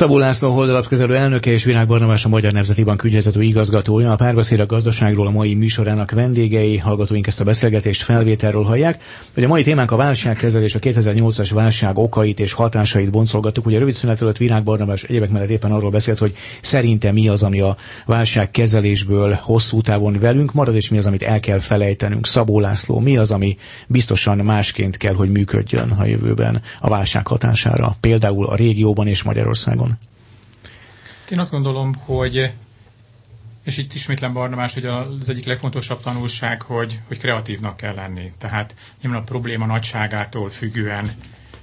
Szabó László Holdalapkezelő elnöke és Virág Barnabás a Magyar Nemzeti Bank ügyvezető igazgatója. A Párbeszéd a gazdaságról a mai műsorának vendégei, hallgatóink ezt a beszélgetést felvételről hallják. Ugye a mai témánk a válságkezelés, a 2008-as válság okait és hatásait boncolgattuk. Ugye rövid szünet előtt Virág Barnabás egyébek mellett éppen arról beszélt, hogy szerintem mi az, ami a válságkezelésből hosszú távon velünk marad, és mi az, amit el kell felejtenünk. Szabó László, mi az, ami biztosan másként kell, hogy működjön a jövőben a válság hatására, például a régióban és Magyarországon? Én azt gondolom, hogy, és itt ismétlem Barnabás, hogy az egyik legfontosabb tanulság, hogy kreatívnak kell lenni. Tehát nyilván a probléma nagyságától függően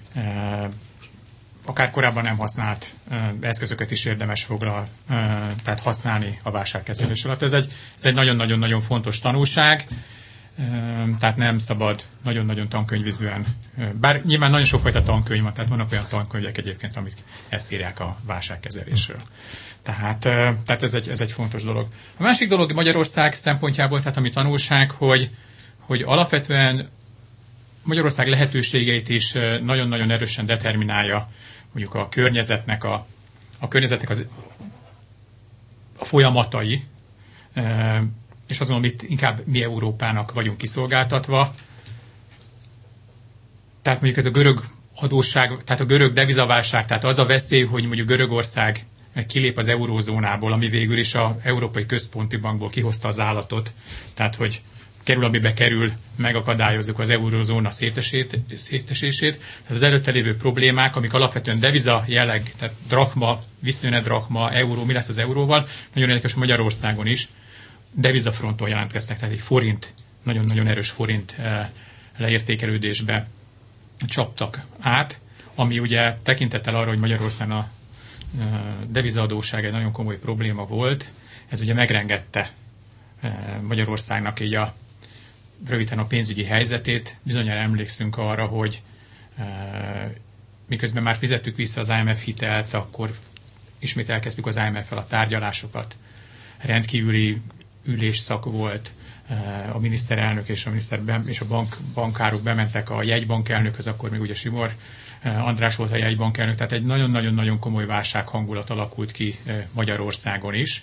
akár korábban nem használt eszközöket is érdemes tehát használni a válságkezelés alatt. Ez egy nagyon-nagyon-nagyon fontos tanulság, tehát nem szabad nagyon-nagyon tankönyvizően, bár nyilván nagyon sokfajta tankönyv van, tehát vannak olyan tankönyvek egyébként, amik ezt írják a válságkezelésről. Tehát ez egy fontos dolog. A másik dolog Magyarország szempontjából, tehát ami tanulság, hogy alapvetően Magyarország lehetőségeit is nagyon-nagyon erősen determinálja mondjuk a környezetnek a folyamatai, és azt mondom, itt inkább mi Európának vagyunk kiszolgáltatva. Tehát mondjuk ez a görög adósság, tehát a görög devizaválság, tehát az a veszély, hogy mondjuk Görögország kilép az eurózónából, ami végül is az Európai Központi Bankból kihozta az állatot, tehát hogy kerül, amibe kerül, megakadályozzuk az eurózóna szétesését. Tehát az előtte lévő problémák, amik alapvetően deviza jelleg, tehát drachma, viszonylag drachma, euró, mi lesz az euróval, nagyon érdekes Magyarországon is, devizafronton jelentkeztek, tehát egy forint, nagyon-nagyon erős forint leértékelődésbe csaptak át, ami ugye tekintettel arra, hogy Magyarországon a devizaadósság egy nagyon komoly probléma volt, ez ugye megrengette Magyarországnak így röviden a pénzügyi helyzetét. Bizonyára emlékszünk arra, hogy miközben már fizettük vissza az IMF hitelt, akkor ismét elkezdtük az IMF-fel a tárgyalásokat. Rendkívüli ülésszak volt, a miniszterelnök és a bankárok bementek a jegybankelnökhöz, akkor még ugye Simor András volt a jegybankelnök, tehát egy nagyon-nagyon-nagyon komoly válsághangulat alakult ki Magyarországon is.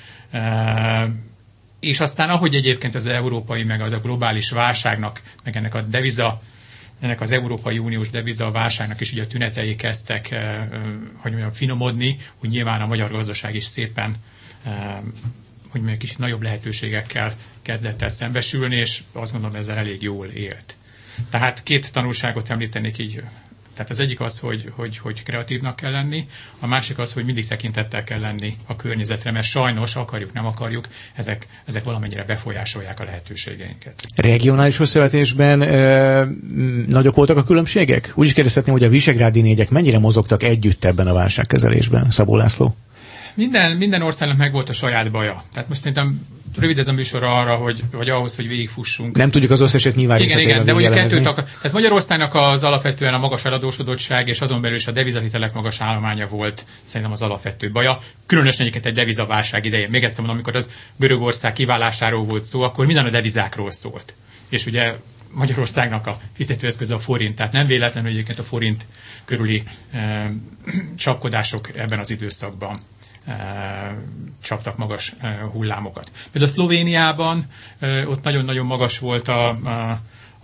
És aztán, ahogy egyébként az európai, meg az a globális válságnak, meg ennek az Európai Uniós deviza válságnak is ugye a tünetei kezdtek, hogy mondjam, finomodni, úgy nyilván a magyar gazdaság is szépen, hogy mondjam, kicsit nagyobb lehetőségekkel kezdett el szembesülni, és azt gondolom, ezzel elég jól élt. Tehát két tanulságot említenék így. Tehát az egyik az, hogy kreatívnak kell lenni, a másik az, hogy mindig tekintettel kell lenni a környezetre, mert sajnos, akarjuk, nem akarjuk, ezek valamennyire befolyásolják a lehetőségeinket. Regionális összevetésben nagyok voltak a különbségek? Úgy is kérdezhetném, hogy a visegrádi négyek mennyire mozogtak együtt ebben a válságkezelésben, Szabó László? Minden országnak megvolt a saját baja. Tehát most szerintem rövid ez a műsor arra, hogy ahhoz, hogy végigfussunk. Nem tudjuk az összeset nyilván Igen, de mondjuk tehát Magyarországnak az alapvetően a magas eladósodottság, és azon belül is a devizahitelek magas állománya volt szerintem az alapvető baja. Különösen egyébként egy devizaválság idején. Még egyszer mondom, amikor az Görögország kiválásáról volt szó, akkor minden a devizákról szólt. És ugye Magyarországnak a fizetőeszköze a forint, tehát nem véletlenül egyébként a forint körüli csapkodások ebben az időszakban csaptak magas hullámokat. Például a Szlovéniában ott nagyon-nagyon magas volt a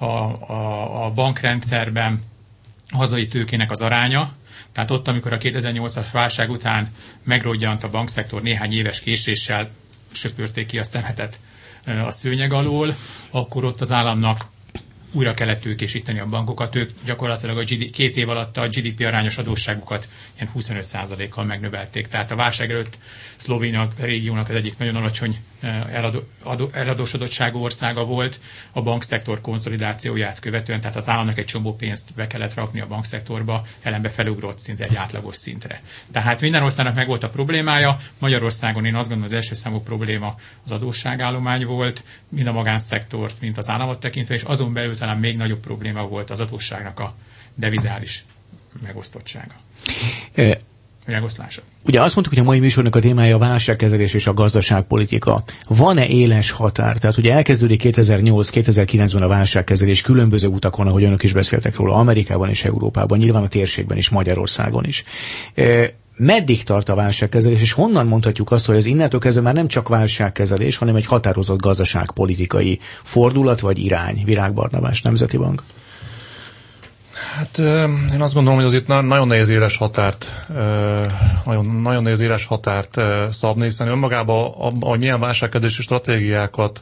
bankrendszerben a hazai tőkének az aránya. Tehát ott, amikor a 2008-as válság után megrodjant a bankszektor néhány éves késéssel, söpörték ki a szemetet a szőnyeg alól, akkor ott az államnak újra kellett tőkésíteni a bankokat, ők gyakorlatilag 2 év alatt a GDP arányos adósságukat ilyen 25%-kal megnövelték. Tehát a válság előtt Szlovénia régiónak az egyik nagyon alacsony eladósodottságú országa volt a bankszektor konszolidációját követően, tehát az államnak egy csomó pénzt be kellett rakni a bankszektorba, ellenbe felugrott szinte egy átlagos szintre. Tehát minden országnak megvolt a problémája, Magyarországon én azt gondolom, az első számú probléma az adósságállomány volt, mind a magánszektort, mind az államot tekintve, és azon belül talán még nagyobb probléma volt az adósságnak a devizális megosztottsága. Megoszlása. Ugye azt mondtuk, hogy a mai műsornak a témája a válságkezelés és a gazdaságpolitika. Van-e éles határ? Tehát ugye elkezdődik 2008-2009-ben a válságkezelés különböző utakon, ahogy önök is beszéltek róla, Amerikában és Európában, nyilván a térségben is, Magyarországon is. meddig tart a válságkezelés, és honnan mondhatjuk azt, hogy az innentől kezdve már nem csak válságkezelés, hanem egy határozott gazdaságpolitikai fordulat vagy irány? Virág Barnabás, Nemzeti Bank. Hát én azt gondolom, hogy az itt nagyon nehéz éles határt szabni, hiszen önmagában, hogy milyen válságkezelési stratégiákat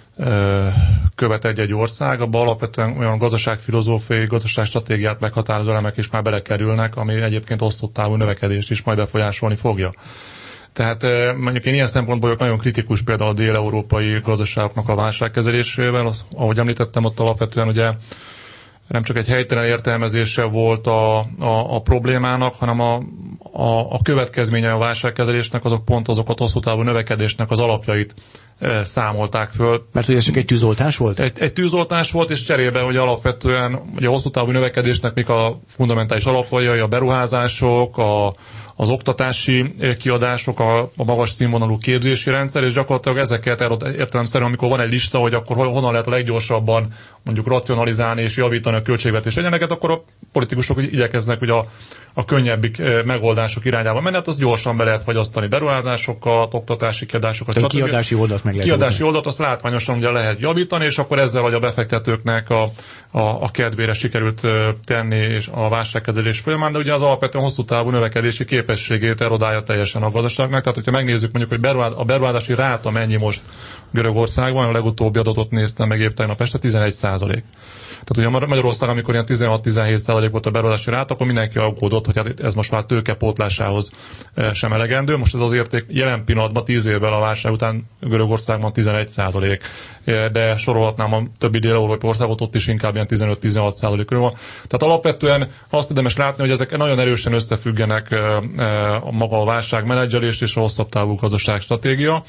követ egy ország, abban alapvetően olyan gazdaságfilozófiai, gazdaságstratégiát meghatározó elemek is már belekerülnek, ami egyébként osztott távú növekedést is majd befolyásolni fogja. Tehát mondjuk én ilyen szempontból vagyok nagyon kritikus például a dél-európai gazdaságoknak a válságkezelésével. Ahogy említettem, ott alapvetően ugye nem csak egy helytelen értelmezése volt a problémának, hanem a következménye a válságkezelésnek, azok pont azokat hosszú távú növekedésnek az alapjait számolták föl. Mert hogy ez csak egy tűzoltás volt? Egy tűzoltás volt, és cserébe, hogy alapvetően ugye a hosszú távú növekedésnek mik a fundamentális alapjai, a beruházások, az oktatási kiadások, a magas színvonalú képzési rendszer, és gyakorlatilag ezeket értelemszerűen, amikor van egy lista, hogy akkor honnan lehet a leggyorsabban mondjuk racionalizálni és javítani a költségvetés egyeneket, akkor a politikusok igyekeznek ugye a könnyebbik megoldások irányába menni, hát azt gyorsan be lehet fagyasztani beruházásokat, oktatási kiadásokat. A kiadási oldalt meg lehet. Kiadási oldalt azt látványosan ugye lehet javítani, és akkor ezzel, hogy a befektetőknek a kedvére sikerült tenni és a válságkezelés folyamán, de ugye az alapvetően hosszú távú növekedési képességét erodálja teljesen a gazdaságnak. Tehát, hogyha megnézzük mondjuk, hogy a beruházási ráta mennyi most Görögországban, a legutóbbi adatot néztem meg épp tegnap este, 11%. Tehát ugye Magyarországon, amikor ilyen 16-17% volt a beruházási ráta, akkor mindenki aggódott, hogy hát ez most már tőke pótlásához sem elegendő. Most ez az érték jelen pillanatban 10 évvel a válság után Görögországban 11%. De sorolhatnám a többi dél-európai országot, ott is inkább ilyen 15-16% körül van. Tehát alapvetően azt érdemes látni, hogy ezek nagyon erősen összefüggenek maga a válságmenedzselés és a hosszabb távú gazdaságstratégia.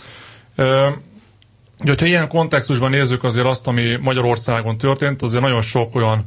Hogyha ilyen kontextusban nézzük azért azt, ami Magyarországon történt, azért nagyon sok olyan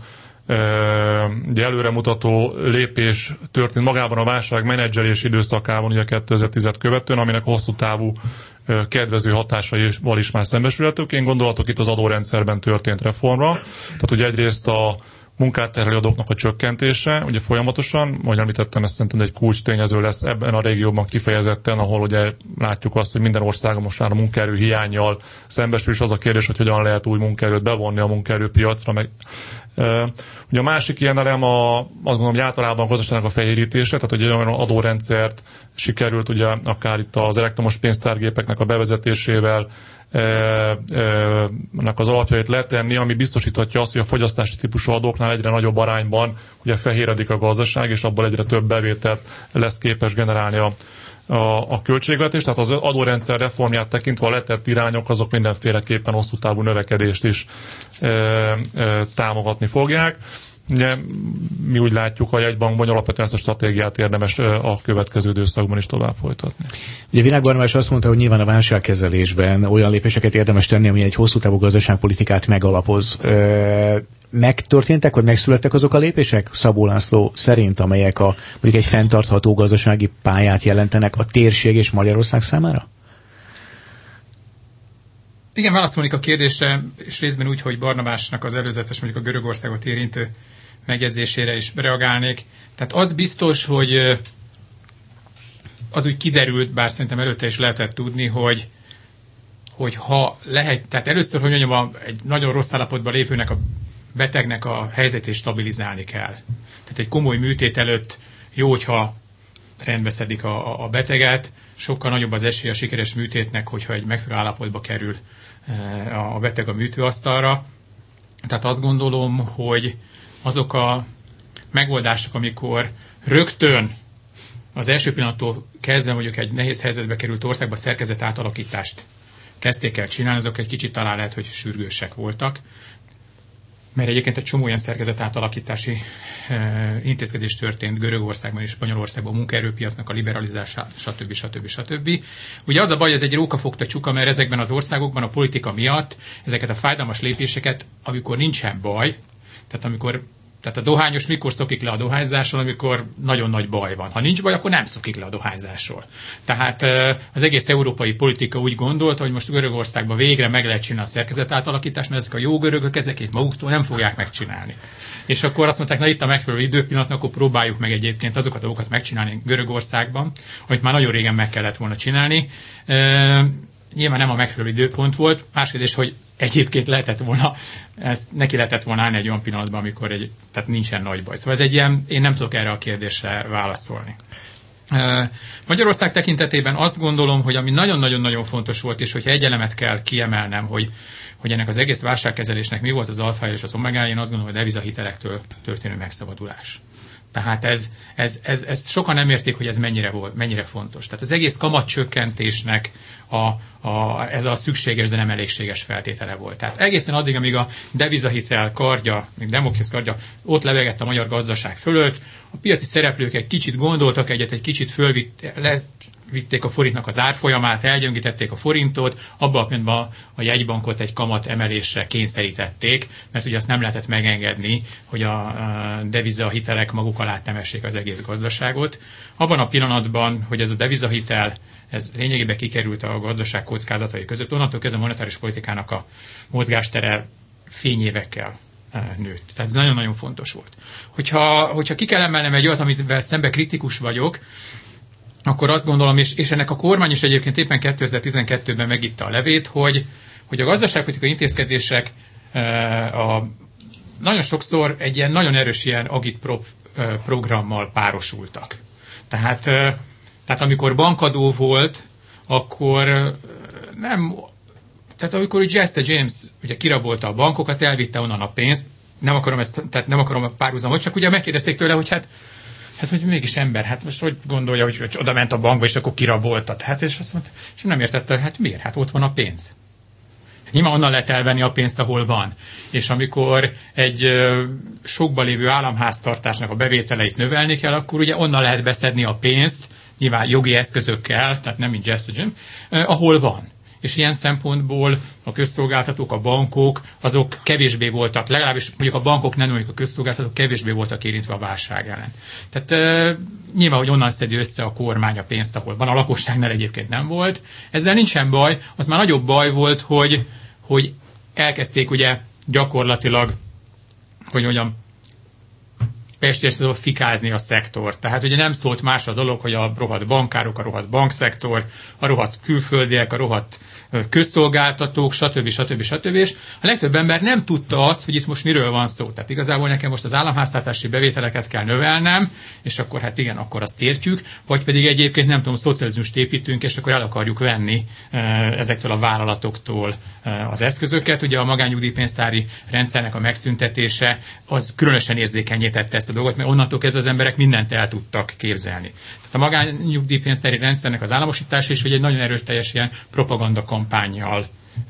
előremutató lépés történt magában a válság menedzselés időszakában, ugye 2010-et követően, aminek hosszú távú kedvező hatásaival is már szembesülhetők. Én gondolatok itt az adórendszerben történt reformra. Tehát ugye egyrészt a munkát-terhelő adóknak a csökkentése, ugye folyamatosan, ahogy említettem, ez szerintem egy kulcs tényező lesz ebben a régióban kifejezetten, ahol ugye látjuk azt, hogy minden országon most már a munkaerő hiánnyal szembesül, és az a kérdés, hogy hogyan lehet új munkaerőt bevonni a munkaerőpiacra. Ugye a másik ilyen elem azt gondolom, hogy általában a gazdaságnak a fehérítése, tehát hogy egy olyan adórendszert sikerült ugye akár itt az elektromos pénztárgépeknek a bevezetésével az alapjait letenni, ami biztosíthatja azt, hogy a fogyasztási típusú adóknál egyre nagyobb arányban ugye fehéredik a gazdaság, és abból egyre több bevételt lesz képes generálni a költségvetés. Tehát az adórendszer reformját tekintve a letett irányok azok mindenféleképpen hosszú távú növekedést is támogatni fogják. Ugye, mi úgy látjuk a jegybankban, alapvetően ezt a stratégiát érdemes a következő időszakban is tovább folytatni. Ugye Virág Barnabás azt mondta, hogy nyilván a válságkezelésben olyan lépéseket érdemes tenni, ami egy hosszú távú gazdaságpolitikát megalapoz. Megtörténtek, vagy megszülettek azok a lépések Szabó László szerint, amelyek mondjuk egy fenntartható gazdasági pályát jelentenek a térség és Magyarország számára? Igen, válaszolnék a kérdésre, és részben úgy, hogy Barnabásnak az előzetes, mondjuk a Görögországot érintő megjegyzésére is reagálnék. Tehát az biztos, hogy az úgy kiderült, bár szerintem előtte is lehetett tudni, hogy ha lehet, tehát először, hogy mondjam, egy nagyon rossz állapotban lévőnek a betegnek a helyzetét stabilizálni kell. Tehát egy komoly műtét előtt jó, hogyha rendbe szedik a beteget, sokkal nagyobb az esély a sikeres műtétnek, hogyha egy megfelelő állapotba kerül a beteg a műtőasztalra. Tehát azt gondolom, hogy azok a megoldások, amikor rögtön az első pillanattól kezdve mondjuk egy nehéz helyzetbe került országba szerkezet átalakítást kezdték el csinálni, azok egy kicsit talán lehet, hogy sürgősek voltak. Mert egyébként egy csomó olyan szerkezet átalakítási intézkedés történt Görögországban és Spanyolországban, a munkaerőpiacnak a liberalizása, stb. Ugye az a baj, ez egy rókafogta csuka, mert ezekben az országokban a politika miatt ezeket a fájdalmas lépéseket, amikor nincsen baj, tehát amikor Tehát a dohányos mikor szokik le a dohányzásról, amikor nagyon nagy baj van. Ha nincs baj, akkor nem szokik le a dohányzásról. Tehát az egész európai politika úgy gondolta, hogy most Görögországban végre meg lehet csinálni a szerkezetátalakítást, mert ezek a jó görögök ezeket maguktól nem fogják megcsinálni. És akkor azt mondták, na itt a megfelelő időpillanat, akkor próbáljuk meg egyébként azokat a dolgokat megcsinálni Görögországban, amit már nagyon régen meg kellett volna csinálni. Nyilván nem a megfelelő időpont volt. Más kérdés, hogy egyébként lehetett volna, neki lehetett volna állni egy olyan pillanatban, amikor tehát nincsen nagy baj. Szóval ez egy ilyen, én nem tudok erre a kérdésre válaszolni. Magyarország tekintetében azt gondolom, hogy ami nagyon-nagyon-nagyon fontos volt, és hogyha egy elemet kell kiemelnem, hogy ennek az egész válságkezelésnek mi volt az alfája és az omegája, én azt gondolom, hogy a devizahitelektől történő megszabadulás. Tehát ez sokan nem érték, hogy ez mennyire fontos. Tehát az egész kamatcsökkentésnek ez a szükséges, de nem elégséges feltétele volt. Tehát egészen addig, amíg a devizahitel kardja, még Damoklész kardja ott levegett a magyar gazdaság fölött, a piaci szereplők egy kicsit gondoltak egy kicsit levitték a forintnak az árfolyamát, elgyöngítették a forintot, abban a pillanatban a jegybankot egy kamat emelésre kényszerítették, mert ugye azt nem lehetett megengedni, hogy a devizahitelek maguk alá temessék az egész gazdaságot. Abban a pillanatban, hogy ez a devizahitel, ez lényegében kikerült a gazdaság kockázatai között, onnantól kezdve a monetáris politikának a mozgástere fényévekkel nőtt. Tehát ez nagyon-nagyon fontos volt. Hogyha ki kell emelnem egy olyat, amivel szembe kritikus vagyok, akkor azt gondolom, és ennek a kormány is egyébként éppen 2012-ben megitta a levét, hogy a gazdaságpolitikai intézkedések nagyon sokszor egy ilyen nagyon erős ilyen agitprop programmal párosultak. Tehát amikor bankadó volt, akkor tehát amikor Jesse James ugye kirabolta a bankokat, elvitte onnan a pénzt, nem akarom párhuzamot, csak ugye megkérdezték tőle, hogy hát hogy mégis ember, hát most hogy gondolja, hogy oda ment a bankba, és akkor kiraboltat. Hát, és azt mondta, és nem értette, hát miért? Hát ott van a pénz. Nyilván onnan lehet elvenni a pénzt, ahol van. És amikor egy sokba lévő államháztartásnak a bevételeit növelni kell, akkor ugye onnan lehet beszedni a pénzt, nyilván jogi eszközökkel, tehát nem mint Jesse James, ahol van. És ilyen szempontból a közszolgáltatók, a bankok, azok kevésbé voltak, legalábbis mondjuk a bankok nem, mondjuk a közszolgáltatók kevésbé voltak érintve a válság ellen. Tehát nyilván, hogy onnan szedi össze a kormány a pénzt, ahol van, a lakosságnál egyébként nem volt. Ezzel nincsen baj, az már nagyobb baj volt, hogy elkezdték ugye gyakorlatilag, hogy mondjam, pestérsről fikázni a szektort. Tehát ugye nem szólt más a dolog, hogy a rohadt bankárok, a rohadt bankszektor, a rohadt külföldiek, a rohadt közszolgáltatók, stb. És a legtöbb ember nem tudta azt, hogy itt most miről van szó. Tehát igazából nekem most az államháztartási bevételeket kell növelnem, és akkor hát igen, akkor azt értjük, vagy pedig egyébként nem tudom, szocializmust építünk, és akkor el akarjuk venni ezektől a vállalatoktól az eszközöket. Ugye a magánnyugdíjpénztári rendszernek a megszüntetése az különösen érzékenyé tette ezt a dolgot, mert onnantól kezdve az emberek mindent el tudtak képzelni. Tehát a magánnyugdíjpénztári rendszernek az államosítása is, hogy egy nagyon erőteljes ilyen propagandakampánnyal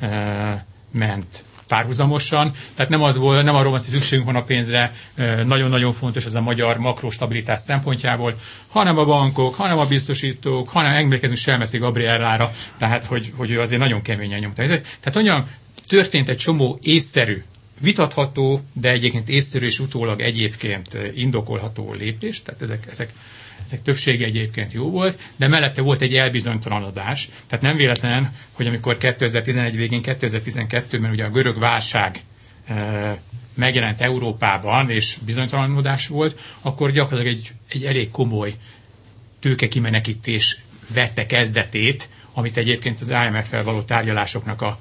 ment párhuzamosan. Tehát nem arról van, hogy szükségünk van a pénzre, nagyon-nagyon fontos ez a magyar makrostabilitás szempontjából, hanem a bankok, hanem a biztosítók, hanem emlékezünk Selmeci Gabriellára, tehát hogy ő azért nagyon keményen nyomta. Tehát olyan történt egy csomó észszerű, vitatható, de egyébként észszerű és utólag egyébként indokolható lépés, tehát ezek többsége egyébként jó volt, de mellette volt egy elbizonytalanodás. Tehát nem véletlen, hogy amikor 2011 végén, 2012-ben ugye a görög válság megjelent Európában, és bizonytalanodás volt, akkor gyakorlatilag egy elég komoly tőkekimenekítés vette kezdetét, amit egyébként az IMF-fel való tárgyalásoknak a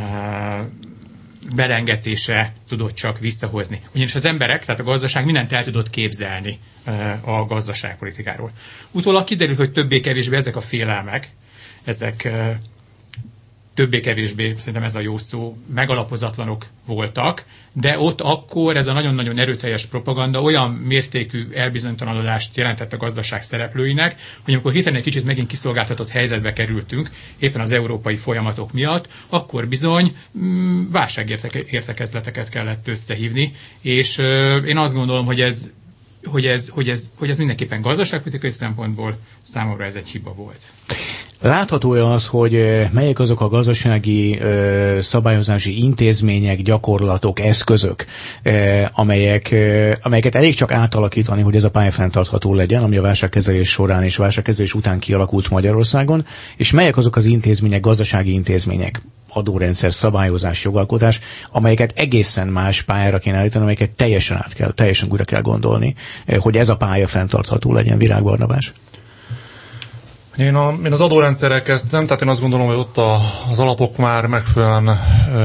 belengetése tudott csak visszahozni. Ugyanis az emberek, tehát a gazdaság mindent el tudott képzelni a gazdaságpolitikáról. Utólag kiderült, hogy többé-kevésbé ezek a félelmek, ezek többé-kevésbé, szerintem ez a jó szó, megalapozatlanok voltak, de ott akkor ez a nagyon-nagyon erőteljes propaganda olyan mértékű elbizonytalanodást jelentett a gazdaság szereplőinek, hogy amikor hirtelen egy kicsit megint kiszolgáltatott helyzetbe kerültünk, éppen az európai folyamatok miatt, akkor bizony válságértekezleteket kellett összehívni, és én azt gondolom, hogy ez mindenképpen gazdaságpolitikai szempontból számomra ez egy hiba volt. Látható-e az, hogy melyek azok a gazdasági szabályozási intézmények, gyakorlatok, eszközök, amelyeket elég csak átalakítani, hogy ez a pálya fenntartható legyen, ami a válságkezelés során és válságkezelés után kialakult Magyarországon, és melyek azok az intézmények, gazdasági intézmények, adórendszer, szabályozás, jogalkotás, amelyeket egészen más pályára kéne állítani, amelyeket teljesen újra kell gondolni, hogy ez a pálya fenntartható legyen. Virág Barnabás. Én az adórendszerrel kezdtem, tehát én azt gondolom, hogy ott az alapok már megfelelően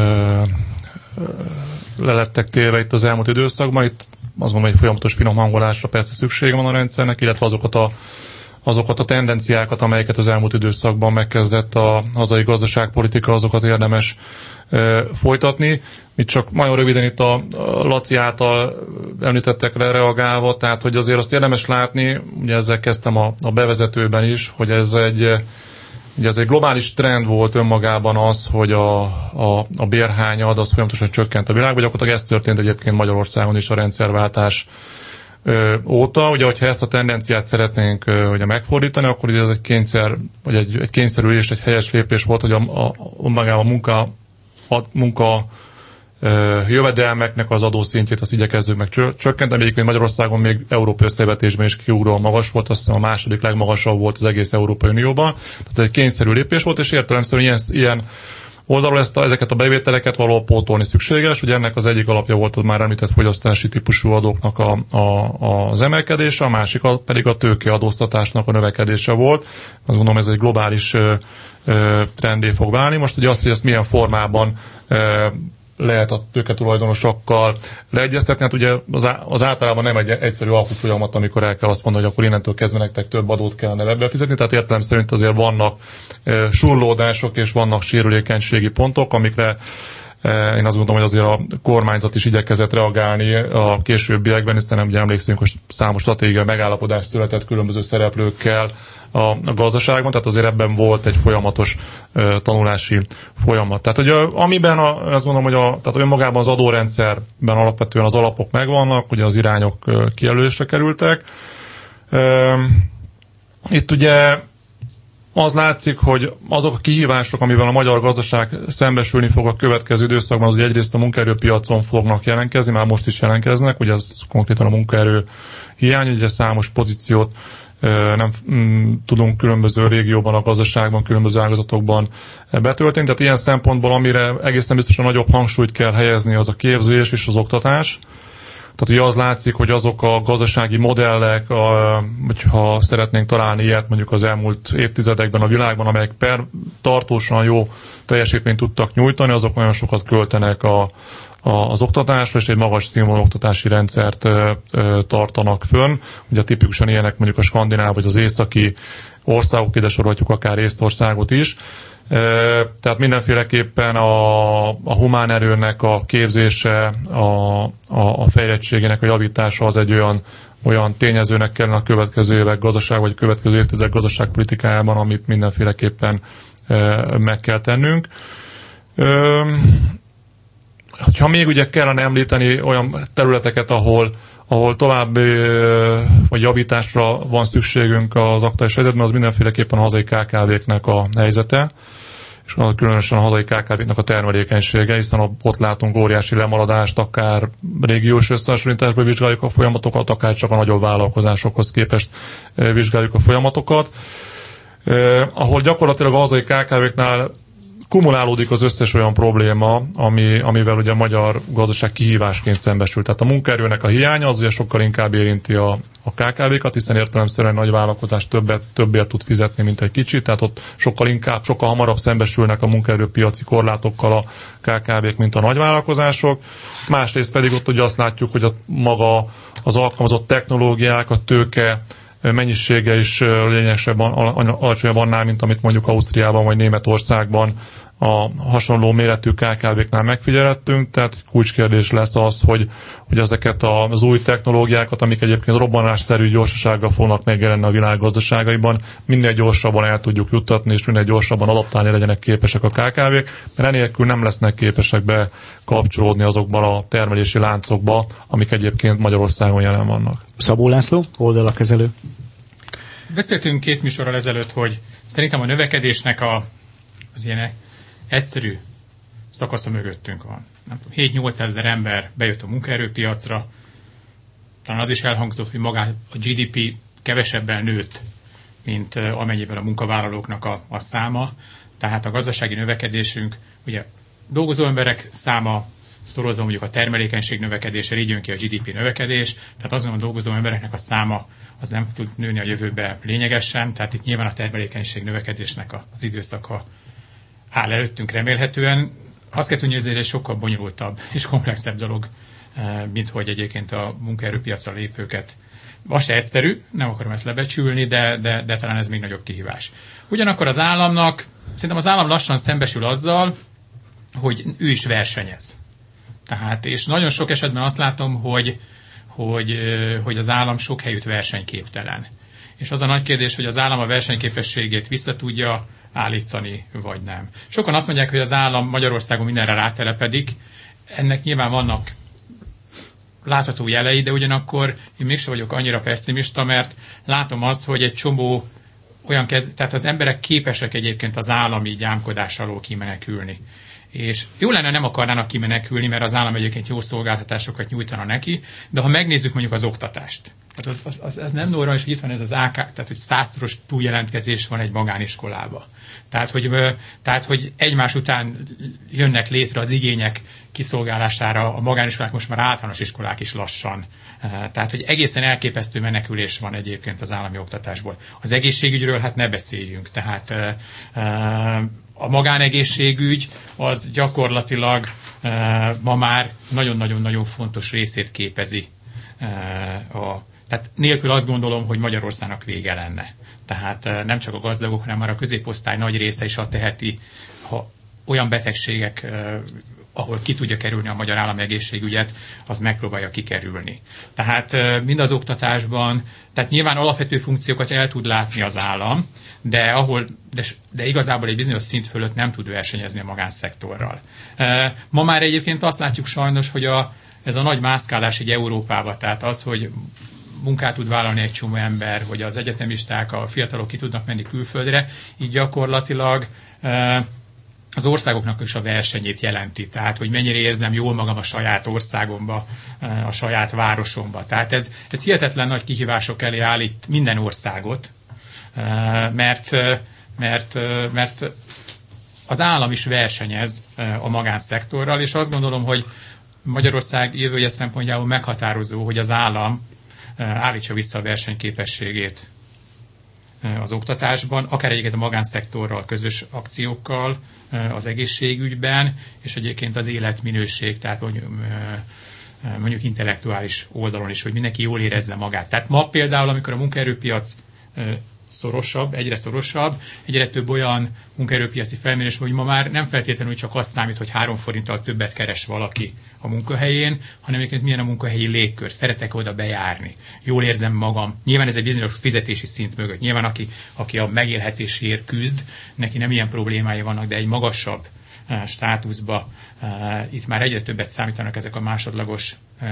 lelettek téve itt az elmúlt időszakban. Itt azt gondolom, hogy folyamatos finom hangolásra persze szüksége van a rendszernek, illetve azokat a tendenciákat, amelyeket az elmúlt időszakban megkezdett a hazai gazdaságpolitika, azokat érdemes folytatni. Itt csak nagyon röviden itt a Laci által említettekre reagálva, tehát hogy azért azt érdemes látni, ugye ezzel kezdtem a bevezetőben is, hogy ez egy globális trend volt önmagában az, hogy a bérhányad az folyamatosan csökkent a világban, gyakorlatilag ez történt egyébként Magyarországon is a rendszerváltás óta. Ugye, hogyha ezt a tendenciát szeretnénk ugye megfordítani, akkor ugye ez egy kényszer, vagy egy kényszerülés, egy helyes lépés volt, hogy magában a munka jövedelmeknek az adószintjét azt igyekezzük meg csökkenteni. Egyébként Magyarországon még európai összevetésben is kiugróan magas volt, azt hiszem a második legmagasabb volt az egész Európai Unióban. Tehát ez egy kényszerű lépés volt, és értelemszerűen ilyen oldalról ezeket a bevételeket valahol pótolni szükséges. Ugye ennek az egyik alapja volt a már említett fogyasztási típusú adóknak az emelkedése, a másik pedig a tőkeadóztatásnak a növekedése volt. Azt gondolom, ez egy globális trendé fog válni. Most ugye azt, hogy ezt milyen formában lehet a tőketulajdonosokkal leegyeztetni, hát ugye az általában nem egy egyszerű alkufolyamat, amikor el kell azt mondani, hogy akkor innentől kezdve nektek több adót kellene befizetni, tehát értelem szerint azért vannak surlódások és vannak sérülékenységi pontok, amikre én azt gondolom, hogy azért a kormányzat is igyekezett reagálni a későbbiekben, hiszen ugye emlékszünk, hogy számos stratégiai megállapodás született különböző szereplőkkel a gazdaságban, tehát azért ebben volt egy folyamatos tanulási folyamat. Tehát, hogy amiben azt gondolom, hogy tehát önmagában az adórendszerben alapvetően az alapok megvannak, ugye az irányok kijelölésre kerültek. Itt ugye az látszik, hogy azok a kihívások, amivel a magyar gazdaság szembesülni fog a következő időszakban, az ugye egyrészt a munkaerőpiacon fognak jelentkezni, már most is jelentkeznek, ugye az konkrétan a munkaerő hiány, ugye számos pozíciót nem tudunk különböző régióban, a gazdaságban, különböző ágazatokban betölteni. Tehát ilyen szempontból, amire egészen biztosan nagyobb hangsúlyt kell helyezni, az a képzés és az oktatás. Tehát ugye az látszik, hogy azok a gazdasági modellek, hogyha szeretnénk találni ilyet mondjuk az elmúlt évtizedekben a világban, amelyek tartósan jó teljesítményt tudtak nyújtani, azok nagyon sokat költenek az oktatásra, és egy magas színvonalú oktatási rendszert tartanak fönn. Ugye tipikusan ilyenek mondjuk a skandináv vagy az északi országok, ide sorolhatjuk akár Észtországot is. Tehát mindenféleképpen a humán erőnek a képzése, a fejlettségének a javítása az egy olyan tényezőnek kellene a következő évek gazdaság, vagy a következő évtizedek gazdaságpolitikájában, amit mindenféleképpen meg kell tennünk. Ha még ugye kellene említeni olyan területeket, ahol további vagy javításra van szükségünk az aktuális helyzetben, az mindenféleképpen a hazai KKV-knek a helyzete, és különösen a hazai KKV-knek a termelékenysége, hiszen ott látunk óriási lemaradást, akár régiós összehasonlításban vizsgáljuk a folyamatokat, akár csak a nagyobb vállalkozásokhoz képest vizsgáljuk a folyamatokat, ahol gyakorlatilag a hazai KKV-knál kumulálódik az összes olyan probléma, amivel ugye a magyar gazdaság kihívásként szembesül. Tehát a munkaerőnek a hiánya az ugye sokkal inkább érinti a KKV-kat, hiszen értelemszerűen nagy vállalkozás többért tud fizetni, mint egy kicsi, tehát ott sokkal hamarabb szembesülnek a munkaerőpiaci korlátokkal a KKV-k, mint a nagyvállalkozások. Másrészt pedig ott ugye azt látjuk, hogy az alkalmazott technológiák, a tőke mennyisége is lényegesen alacsonyabb annál, mint amit mondjuk Ausztriában vagy Németországban a hasonló méretű KKV-knál megfigyelhettünk, tehát kulcskérdés lesz az, hogy ezeket az új technológiákat, amik egyébként robbanásszerű gyorsasággal fognak megjelenni a világ gazdaságaiban, minél gyorsabban el tudjuk juttatni, és minél gyorsabban adaptálni legyenek képesek a KKV-k, mert enélkül nem lesznek képesek bekapcsolódni azokban a termelési láncokba, amik egyébként Magyarországon jelen vannak. Szabó László, oldalakkezelő. Beszéltünk 2 műsorral ezelőtt, hogy szerintem a növekedésnek az ilyen egyszerű szakasza mögöttünk van. 7-8 ezer ember bejött a munkaerőpiacra, talán az is elhangzott, hogy maga a GDP kevesebben nőtt, mint amennyiben a munkavállalóknak a száma. Tehát a gazdasági növekedésünk, ugye dolgozó emberek száma szorozva mondjuk a termelékenység növekedése, így jön ki a GDP növekedés, tehát azon a dolgozó embereknek a száma az nem tud nőni a jövőbe lényegesen, tehát itt nyilván a termelékenység növekedésnek az időszaka áll előttünk remélhetően. Azt kell tudni, hogy ez egy sokkal bonyolultabb és komplexebb dolog, mint hogy egyébként a munkaerőpiacra lépőket. Az se egyszerű, nem akarom ezt lebecsülni, de talán ez még nagyobb kihívás. Ugyanakkor az államnak, szerintem az állam lassan szembesül azzal, hogy ő is versenyez. Tehát, és nagyon sok esetben azt látom, hogy az állam sok helyütt versenyképtelen. És az a nagy kérdés, hogy az állam a versenyképességét vissza tudja állítani, vagy nem. Sokan azt mondják, hogy az állam Magyarországon mindenre rátelepedik. Ennek nyilván vannak látható jelei, de ugyanakkor én mégsem vagyok annyira pessimista, mert látom azt, hogy egy csomó olyan tehát az emberek képesek egyébként az állami gyámkodás alól kimenekülni. És jó lenne, nem akarnának kimenekülni, mert az állam egyébként jó szolgáltatásokat nyújtana neki, de ha megnézzük mondjuk az oktatást, tehát az nem normális, hogy itt van ez az AK, tehát hogy 100-szoros túljelentkezés van egy magániskolába. Tehát, hogy egymás után jönnek létre az igények kiszolgálására a magániskolák, most már általános iskolák is lassan. Tehát, hogy egészen elképesztő menekülés van egyébként az állami oktatásból. Az egészségügyről hát ne beszéljünk. Tehát a magánegészségügy az gyakorlatilag ma már nagyon-nagyon-nagyon fontos részét képezi. Tehát nélkül azt gondolom, hogy Magyarországnak vége lenne. Tehát nem csak a gazdagok, hanem már a középosztály nagy része is azt teheti, ha olyan betegségek, ahol ki tudja kerülni a magyar állami egészségügyet, az megpróbálja kikerülni. Tehát mind az oktatásban, tehát nyilván alapvető funkciókat el tud látni az állam, de igazából egy bizonyos szint fölött nem tud versenyezni a magánszektorral. Ma már egyébként azt látjuk sajnos, hogy ez a nagy mászkálás így Európába, tehát az, hogy munkát tud vállalni egy csomó ember, hogy az egyetemisták, a fiatalok ki tudnak menni külföldre, így gyakorlatilag az országoknak is a versenyét jelenti. Tehát, hogy mennyire érzem jól magam a saját országomba, a saját városomba. Tehát ez hihetetlen nagy kihívások elé állít minden országot, mert az állam is versenyez a magánszektorral, és azt gondolom, hogy Magyarország jövője szempontjából meghatározó, hogy az állam állítsa vissza a versenyképességét az oktatásban, akár egyébként a magánszektorral, közös akciókkal, az egészségügyben, és egyébként az életminőség, tehát mondjuk intellektuális oldalon is, hogy mindenki jól érezze magát. Tehát ma például, amikor a munkaerőpiac szorosabb, egyre több olyan munkaerőpiaci felmérés, hogy ma már nem feltétlenül csak azt számít, hogy 3 forinttal többet keres valaki a munkahelyén, hanem egyébként milyen a munkahelyi légkör, szeretek oda bejárni, jól érzem magam. Nyilván ez egy bizonyos fizetési szint mögött. Nyilván aki a megélhetésért küzd, neki nem ilyen problémái vannak, de egy magasabb státuszba itt már egyre többet számítanak ezek a másodlagos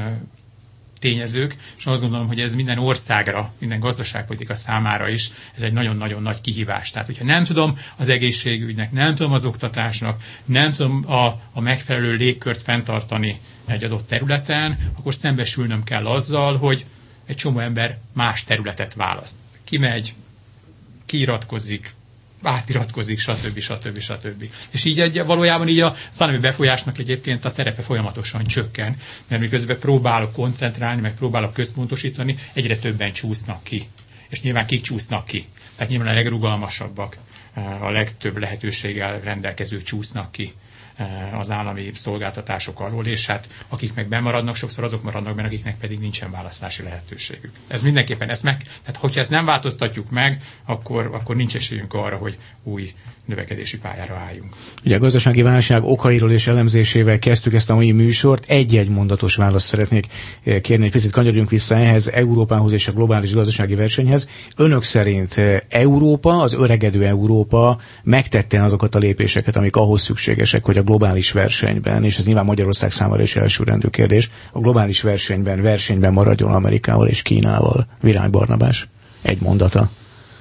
tényezők, és azt gondolom, hogy ez minden országra, minden gazdaságpolitika számára is ez egy nagyon-nagyon nagy kihívás. Tehát, hogyha nem tudom az egészségügynek, nem tudom az oktatásnak, nem tudom a megfelelő légkört fenntartani egy adott területen, akkor szembesülnöm kell azzal, hogy egy csomó ember más területet választ. Kimegy, kiiratkozik, átiratkozik, stb. És így valójában így a szellemi befolyásnak egyébként a szerepe folyamatosan csökken, mert miközben próbálok koncentrálni, meg próbálok központosítani, egyre többen csúsznak ki. És nyilván kik csúsznak ki? Tehát nyilván a legrugalmasabbak, a legtöbb lehetőséggel rendelkezők csúsznak ki az állami szolgáltatások alól, és akik meg bemaradnak, sokszor azok maradnak benne, akiknek pedig nincsen választási lehetőségük. Ez mindenképpen tehát hogyha ezt nem változtatjuk meg, akkor nincs esélyünk arra, hogy új növekedési pályára álljunk. Ugye a gazdasági válság okairól és elemzésével kezdtük ezt a mai műsort. Egy-egy mondatos választ szeretnék kérni, egy picit kanyarodjunk vissza ehhez, Európához és a globális gazdasági versenyhez. Önök szerint Európa, az öregedő Európa megtette azokat a lépéseket, amik ahhoz szükségesek, hogy a globális versenyben, és ez nyilván Magyarország számára is elsőrendű kérdés, a globális versenyben maradjon Amerikával és Kínával? Virág Barnabás, egy mondata.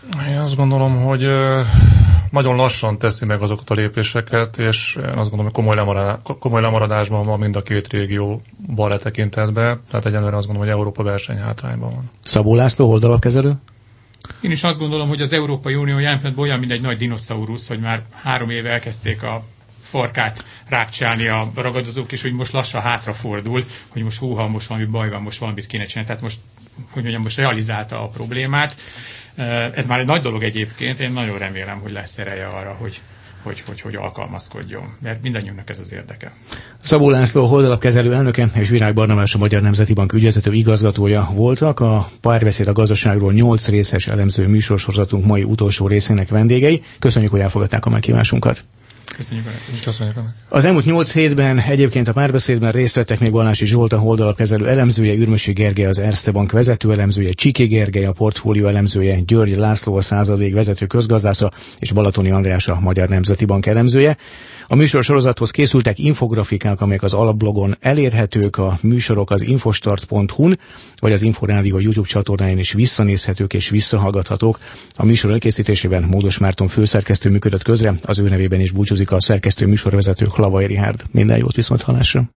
Én azt gondolom, hogy nagyon lassan teszi meg azokat a lépéseket, és én azt gondolom, hogy komoly lemaradásban van mind a két régió bal tekintetben, tehát egyenlőre azt gondolom, hogy Európa versenyhátrányban van. Szabó László, Holdalapkezelő? Én is azt gondolom, hogy az Európai Unió jelen pillanatban olyan, mint egy nagy dinoszaurusz, hogy már 3 éve elkezdték a farkát rákcsálni a ragadozók, és hogy most lassan hátrafordul, hogy most húha, most valami baj van, most valamit kéne csinálni. Tehát most, hogy mondjam, most realizálta a problémát. Ez már egy nagy dolog egyébként, én nagyon remélem, hogy lesz ereje arra, hogy alkalmazkodjon, mert mindannyiunknak ez az érdeke. Szabó László, Holdalapkezelő elnöke és Virág Barnabás, a Magyar Nemzeti Bank ügyvezető igazgatója voltak. A Párbeszéd a gazdaságról 8 részes elemző műsorsorozatunk mai utolsó részének vendégei. Köszönjük, hogy elfogadták a meghívásunkat. Köszönjük. Az elmúlt 8 hétben egyébként a Párbeszédben részt vettek még Balázsi Zsolt, a Holdalapkezelő elemzője, Ürmösi Gergely, az Erste Bank vezető elemzője, Csiki Gergely, a portfólió elemzője, György László, a Századvég vezető közgazdásza, és Balatoni András, a Magyar Nemzeti Bank elemzője. A műsorsorozathoz készültek infografikák, amelyek az alapblogon elérhetők, a műsorok az infostart.hu-n, vagy az Inforádió YouTube csatornáján is visszanézhetők és visszahallgathatók. A műsor elkészítésében Módos Márton főszerkesztő működött közre, az ő nevében is búcsúzik a szerkesztő műsorvezető Hlavai Richárd. Minden jót, viszonthallásra!